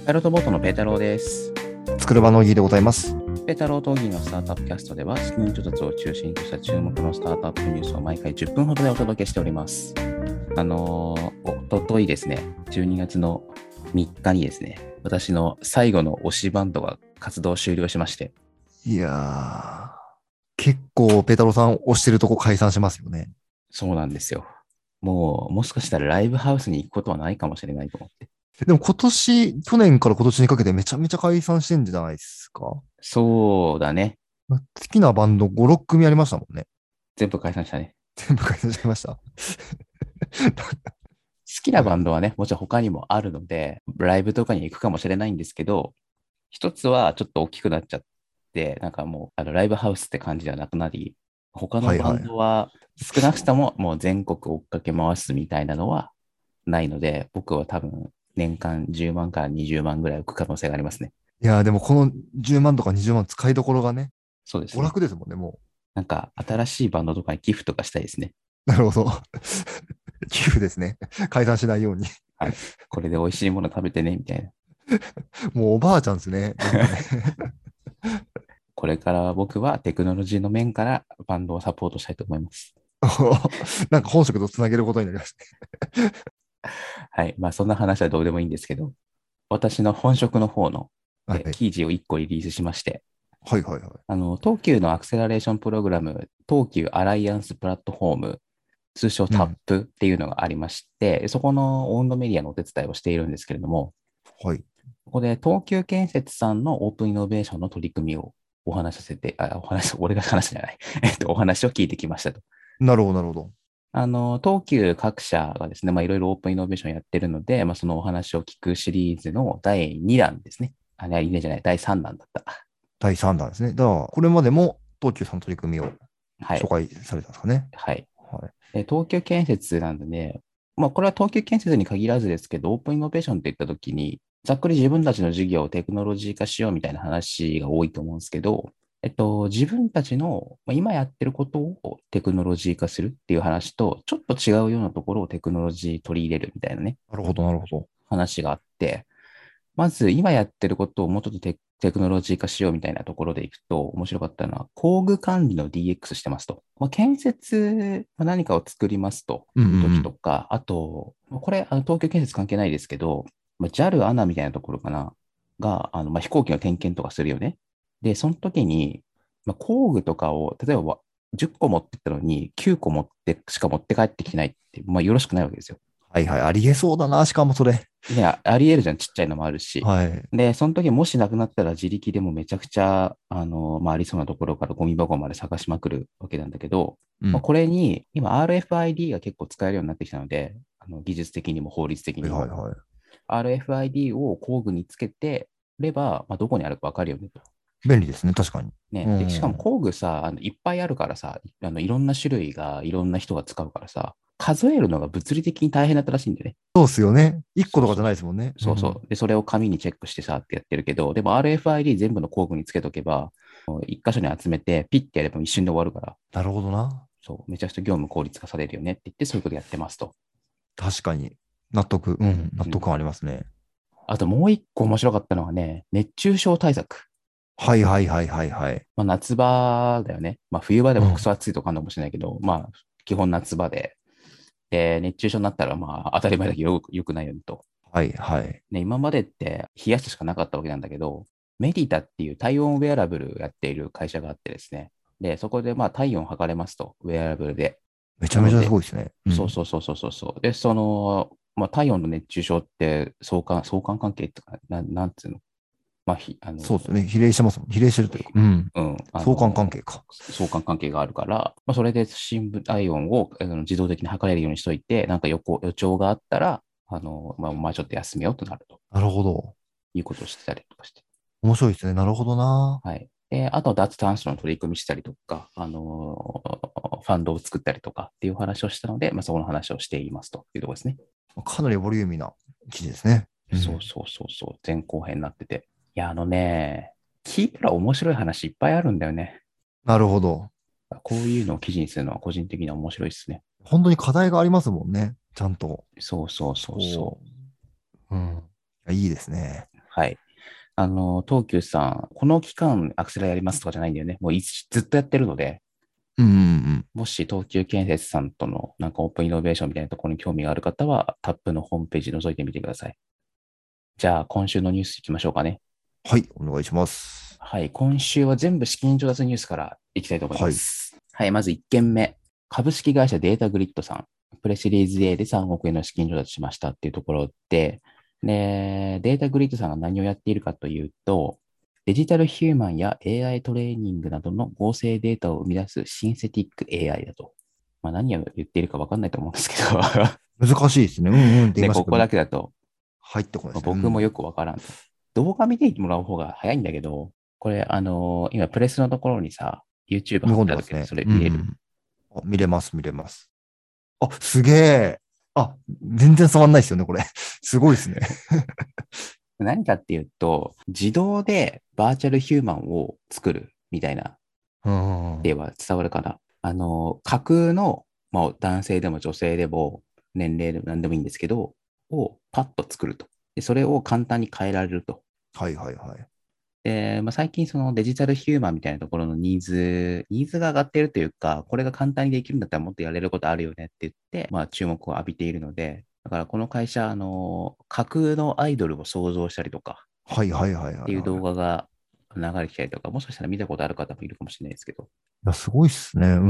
パイロットボートのペータローです。 作る場のぎでございます。 ペータローとギーのスタートアップキャストでは、資金調達を中心とした注目のスタートアップニュースを毎回10分ほどでお届けしております。おとといですね、12月の3日にですね、私の最後の推しバンドが活動終了しまして。 いやー、結構ペータローさん推してるとこ解散しますよね。 そうなんですよ。もしかしたらライブハウスに行くことはないかもしれないと思って。 でも去年から今年にかけてめちゃめちゃ解散してんじゃないですか。 そうだね。 好きなバンド5、6組ありましたもんね。 全部解散したね。 全部解散しちゃいました。 好きなはいはい。 バンドはね、もちろん他にもあるので、ライブとかに行くかもしれないんですけど、一つはちょっと大きくなっちゃって、なんかもうライブハウスって感じではなくなり、他のバンはいはい。 ドは少なくとももう全国追っかけ回すみたいなのはないので、僕は多分年間10万から20万ぐらい浮く可能性がありますね。 いやーでもこの10万とか20万使いどころがね、娯そうですね。 楽ですもんね、もなんか新しいバンドとかに寄付とかしたいですね。 う。なるほど。寄付ですね。解散しないように。 はい。これで美味しいもの食べてね、みたいな。 もうおばあちゃんですね。なんかね。 これから僕はテクノロジーの面からバンドをサポートしたいと思います。 なんか本職とつなげることになりましたね。 はい。まあそんな話はどうでもいいんですけど、私の本職の方のはい。 記事を1個リリースしまして、 はいはいはい。 東急のアクセラレーションプログラム、東急アライアンスプラットフォーム、通称タッうん。 プっていうのがありまして、そこのオウンドメディアのお手伝いをしているんですけれども、 はい。 ここで東急建設さんのオープンイノベーションの取り組みをお話しさせて、俺が話すんじゃない。お話を聞いてきましたと。 なるほど、なるほど。 東急各社がですね、まあ、いろいろオープンイノベーションやってるので、まあ、そのお話を聞くシリーズの第2弾ですね。2弾じゃない、第3弾だった。 第3弾ですね。だから、これまでも東急さんの取り組みをはい。 紹介されたんですかね。 はい。 はい。 東急建設なんでね、まあ、これは東急建設に限らずですけど、オープンイノベーションって言ったときに、ざっくり自分たちの事業をテクノロジー化しようみたいな話が多いと思うんですけど、自分たちの今やってることをテクノロジー化するっていう話と、ちょっと違うようなところをテクノロジー取り入れるみたいなね、 なるほど、なるほど。 話があって、まず今やってることをもうちょっとテクノロジー化しようみたいなところでいくと、面白かったのは、工具管理の DX してますと。まあ、建設、何かを作りますとうんういう時とんか、あと、これ、東京建設関係ないですけど、JAL、ANA みたいなところかな、が、飛行機の点検とかするよね。で、その時に、工具とかを、例えば10個持ってったのに9個しか持って帰ってきてないって、よろしくないわけですよ。 はいはい。ありえそうだな、しかもそれ。 ね、ありえるじゃん、ちっちゃいのもあるし。 はい。 で、その時もしなくなったら自力でもめちゃくちゃ、ありそうなところからゴミ箱まで探しまくるわけなんだけど、 うん。 これに今 RFID が結構使えるようになってきたので、技術的にも法律的はいにも。 はいはい。 RFID を工具につけてれば、どこにあるかわかるよねと。 便利ですね、確かに。うね、で、しかもん。 工具さ、いっぱいあるからさ、いろんな種類がいろんな人が使うからさ、数えるのが物理的に大変だったらしいんだよね。 そうっすよね。1個とかじゃそうそうないですもんね。うん。 そうそう。で、それを紙にチェックしてさってやってるけど、でも RFID 全部の工具につけとけば、一箇所に集めてピッてやれば一瞬で終わるから、 なるほどな。 そう、めちゃくちゃ業務効率化されるよねって言って、そういうことやってますと。 確かに。納得。うん。納うん。 得感ありますね。 あともう一個面白かったのはね、熱中症対策。 はいはいはいはいはい。 夏場だよね。冬場でうん。 もクソ暑いとかあるかもしれないけど、基本夏場で。で、熱中症になったら、当たり前だけどよくないよねと。 はいはい。 ね、今までって冷やすしかなかったわけなんだけど、メディタっていう体温ウェアラブルをやっている会社があってですね。で、そこで体温を測れますと、ウェアラブルで。 めちゃめちゃすなので、 ごいですね。うん。 そう。で、体温の熱中症って相関関係っていうか、なんつうの。まあ、ひ、あの、 そうですね。比例してますもん。比例してるというか。うん。 うん、 相関関係か。 相関関係があるから、それで体温を自動的に測れるようにしといて、なんか予兆があったら、お前ちょっと休めようとなるとなるほど。 いうことをしてたりとかして。 面白いですね。なるほどな。 はい。で、あと、脱炭素の取り組みしたりとか、ファンドを作ったりとかっていう話をしたので、そこの話をしていますというところですね。 かなりボリューミーな記事ですね。うん。 前後編になってて。いや、聞いたら面白い話いっぱいあるんだよね。 なるほど。 こういうのを記事にするのは個人的には面白いですね。 本当に課題がありますもんね。ちゃんと。 そうそうそうそこう。うん。いいですね。 はい。東急さん、この期間アクセラやりますとかじゃないんだよね。もうずっとやってるので、 うんうんうん。 もし東急建設さんとのなんかオープンイノベーションみたいなところに興味がある方は、タップのホームページ覗いてみてください。じゃあ、今週のニュースいきましょうかね。 はい、お願いします。 はい。今週は全部資金調達ニュースからいきたいと思いまはい。 す。はい。まず1件目。株式会社データグリッドさん。プレシリーズ A で3億円の資金調達しましたっていうところで、データグリッドさんが何をやっているかというと、デジタルヒューマンや AI トレーニングなどの合成データを生み出すシンセティック AI だと。まあ、何を言っているか分かんないと思うんですけど難しいですね。うんうんって言いで、ここましたけど、 だけだと、 入ってこないですね。うん。 僕もよく分からんと。動画見てもらう方が早いんだけど、これ、今、プレスのところにさ、YouTube 見貼っ込んでますね。 てあるけど、それうんう見れる？ ん。あ、見れます、見れます。あ、すげえ。あ、全然触んないですよね、これ。すごいですね。 何かっていうと、自動でバーチャルヒューマンを作るみたいな、 うん。 では伝わるかな。架空の、まあ、男性でも女性でも、年齢でも何でもいいんですけど、をパッと作ると。で、それを簡単に変えられると。 はいはいはい。 で、まあ、最近そのデジタルヒューマンみたいなところのニーズが上がっているというか、これが簡単にできるんだったらもっとやれることあるよねって言って、まあ注目を浴びているので、だからこの会社、架空のアイドルを創造したりとかはいはいはいはいっていう動はい。 画が流れてきたりとか、もしかしたら見たことある方もいるかもしれないですけど、 いや、すごいっすね。うん。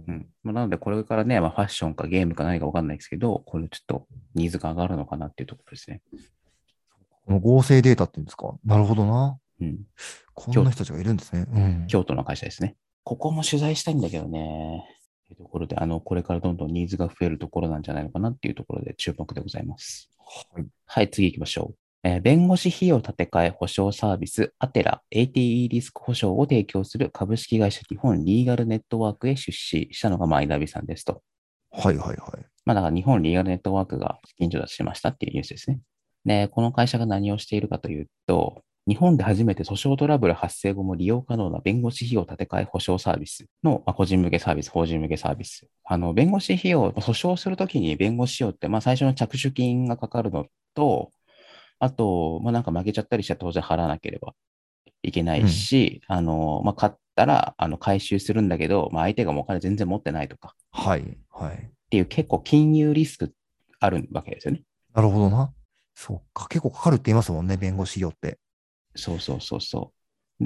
うん。まあ、なのでこれからね、まあ、ファッションかゲームか何かわかんないですけど、これちょっとニーズが上がるのかなっていうところですね。 この合成データっていうんですか。なるほどな。 うん。京都、 こんな人たちがいるんですね。うん。 京都の会社ですね。ここも取材したいんだけどね。というところで、これからどんどんニーズが増えるところなんじゃないのかなっていうところで注目でございます。 はい。 はい、次行きましょう。弁護士費用立て替え保証サービス、アテラ ATE リスク保証を提供する株式会社日本リーガルネットワークへ出資したのがマイナビさんですと。 はいはいはい。 まあ、だから日本リーガルネットワークが資金調達しましたっていうニュースですね。で、この会社が何をしているかというと、日本で初めて訴訟トラブル発生後も利用可能な弁護士費用立て替え保証サービスの、まあ、個人向けサービス、法人向けサービス。弁護士費用、訴訟するときに弁護士費用って、まあ、最初の着手金がかかるのと、あと、まあ、なんか負けちゃったりしたら当然払わなければいけないうん。 し、まあ、買ったら、回収するんだけど、まあ、相手がもうお金全然持ってないとかはいはい。 っていう結構金融リスクあるわけですよね。 なるほどな。そうか。結構かかるって言いますもんね、弁護士費用って。 そうそうそうそう。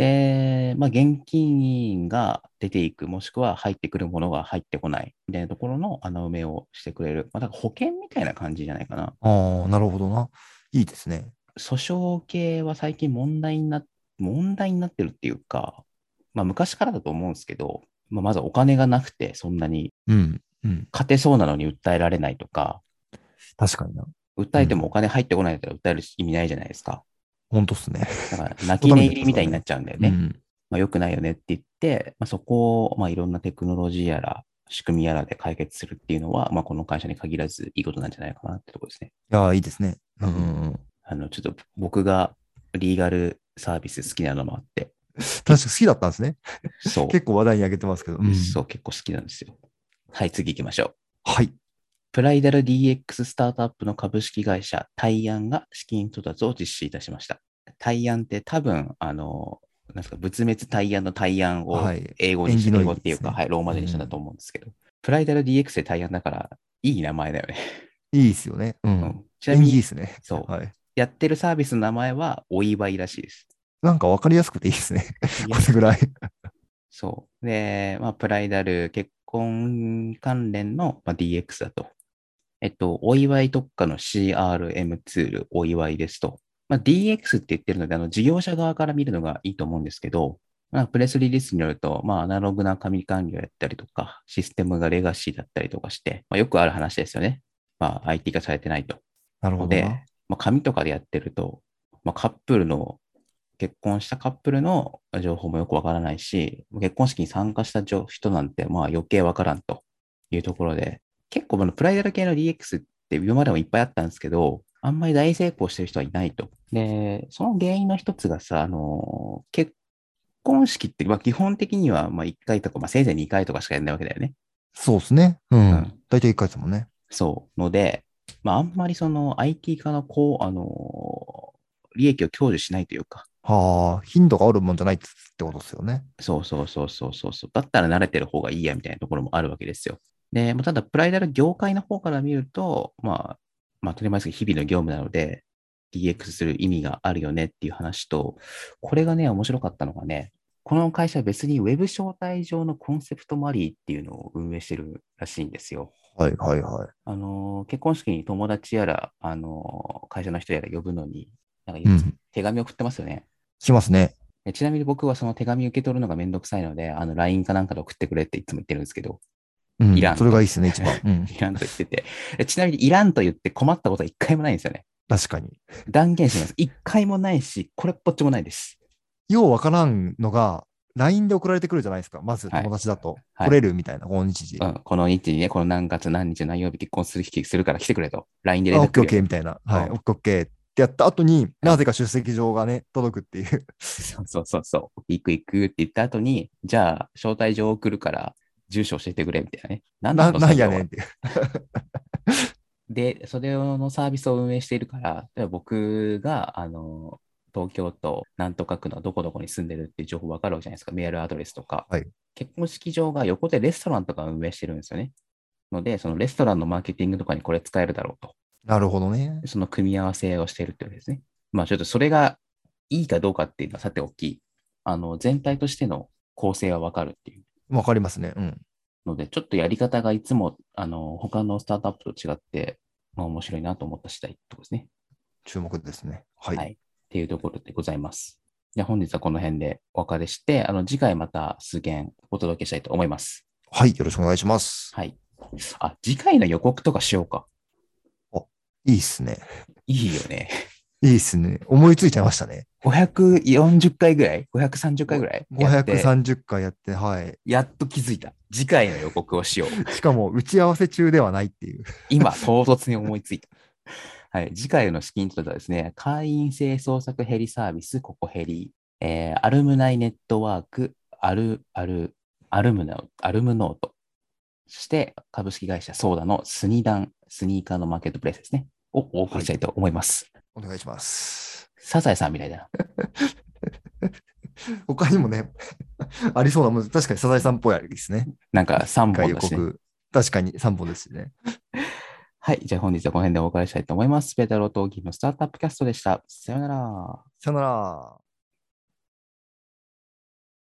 で、まあ、現金が出ていく、もしくは入ってくるものが入ってこないみたいなところの穴埋めをしてくれる。まあ、だから保険みたいな感じじゃないかな。 ああ、なるほどな。いいですね。 訴訟系は最近問題になってるっていうか、まあ、昔からだと思うんですけど、まあ、まずお金がなくて、そんなにうん。うん。 勝てそうなのに訴えられないとか、 確かにな。 訴えてもおうん。 金入ってこないんだったら訴える意味ないじゃないですか。 本当っすね。 だから、 そのためにやっ泣き寝入りてますからね。 みたいになっちゃうんだよね。 うん。 まあ、良くないよねって言って、まあ、そこを、まあ、いろんなテクノロジーやら、仕組みやらで解決するっていうのは、まあ、この会社に限らずいいことなんじゃないかなってところですね。 いやー、いいですね。うんうん。 うんうん。 ちょっと僕がリーガルサービス好きなのもあって、 確か好きだったんですね。 そ結構話題に上げてますけど。うう、 ん。 そう、結構好きなんですよ。はい、次行きましょう。 はい。 プライダル DX スタートアップの株式会社、タイアンが資金調達を実施いたしました。タイアンって多分、なんですか、仏滅大安の大安をはい。 英語にした、英縁起のい語っていうか、 いですね。 はい、ローマ字にしたんだとうん。 思うんですけど、プライダル DX で大安だから、いい名前だよね。 いいですよね。ううん。 ん、ちなみに、 縁起いいですね。 そう、 はい。 やってるサービスの名前はお祝いらしいです。 なんかわかりやすくていいですね。 わかりやすくて。 これぐらい。 そう。で、まあ、プライダル結婚関連の、まあ、DX だと。お祝い特化の CRM ツール、お祝いですと。まあ、DX って言ってるので、事業者側から見るのがいいと思うんですけど、まあ、プレスリリースによると、まあ、アナログな紙管理をやったりとか、システムがレガシーだったりとかして、まあ、よくある話ですよね。まあ、IT 化されてないと。 なるほどな。 ので、まあ、紙とかでやってると、まあ、結婚したカップルの情報もよくわからないし、結婚式に参加した人なんて、まあ余計わからんというところで、結構プライダル系の DX って今までもいっぱいあったんですけど、あんまり大成功してる人はいないと。で、その原因の一つがさ、結婚式って、まあ基本的にはまあ1回とか、まあせいぜい2回とかしかやらないわけだよね。 そうですね。うん。 うん。 大体1回ですもんね。 そう。ので、まああんまりその IT 化の利益を享受しないというか、 はあ、頻度があるもんじゃないってことですよね。 そうそうそうそうそうそう。だったら慣れてる方がいいやみたいなところもあるわけですよ。で、ただ、プライダル業界の方から見ると、当たり前ですけど、日々の業務なので、DX する意味があるよねっていう話と、これがね、面白かったのがね、この会社は別にウェブ招待状のコンセプトマリーっていうのを運営してるらしいんですよ。 はいはいはい。 結婚式に友達やら、会社の人やら呼ぶのに、なんかいつうん。 手紙送ってますよね。 来ますね。 ちなみに僕はその手紙受け取るのがめんどくさいので、LINE かなんかで送ってくれっていつも言ってるんですけど、 うん。 いらんと。 それがいいですね、一番。うん。 いらんと言ってて。ちなみにいらんと言って困ったことは一回もないんですよね。 確かに。 断言します。一回もないし、これっぽっちもないです。 ようわからんのが、LINE で送られてくるじゃないですか。まずはい。 友達だと。来はい。 れるみたいな、この日時。 この日にね、この何月何日何曜日結婚する日するから来てくれと。LINE で連あ、オッケーオッ絡来るよと。 ケーみたいな。はい、オうん。 ッケーオッケーってやった後にうん。 なぜか出席状がね、届くっていう。 そうそうそうそう。行く行くって言った後に、じゃあ、招待状送るから、住所教えてくれみたいなね。なんだこのなん作業は。 やねんっていう。 で、それのサービスを運営しているから、例えば僕が、東京都なんとか区のどこどこに住んでるっていう情報わかるわけじゃないですか。メールアドレスとか。 はい。 結婚式場が横でレストランとか運営してるんですよね。ので、そのレストランのマーケティングとかにこれ使えるだろうと。 なるほどね。 その組み合わせをしているってわけですね。ちょっとそれがいいかどうかっていうのはさておき、全体としての構成はわかるっていうわかりますね。うん。 ので、ちょっとやり方がいつも、他のスタートアップと違って、面白いなと思った次第ってとこですね。 注目ですね。はい。 はい。っていうところでございます。じゃあ本日はこの辺でお別れして、次回また数件お届けしたいと思います。 はい。よろしくお願いします。 はい。次回の予告とかしようか。 あ、いいっすね。 いいよね。 いいっすね。思いついちゃいましたね。 540回ぐらい ?530 回ぐらいやって、 530回やって、はい。 やっと気づいた。次回の予告をしよう。 しかも、打ち合わせ中ではないっていう。 今、唐突に思いついた。はい。次回の資金調達はですね、会員制創作ヘリサービス、ココヘリ、アルムナイネットワーク、アルムノート、そして株式会社ソーダのスニダン、スニーカーのマーケットプレイスですね、をお送りしたいと思います。 お願いします。 サザエさんみたいだな。 他にもね、ありそうなもん、確かにサザエさんっぽいあれですね。 なんか3 回本だしね。 予告。確かに3本ですね。 はい。じゃあ本日はこの辺でお別れしたいと思います。ペータローとギーのスタートアップキャストでした。さよなら。 さよなら。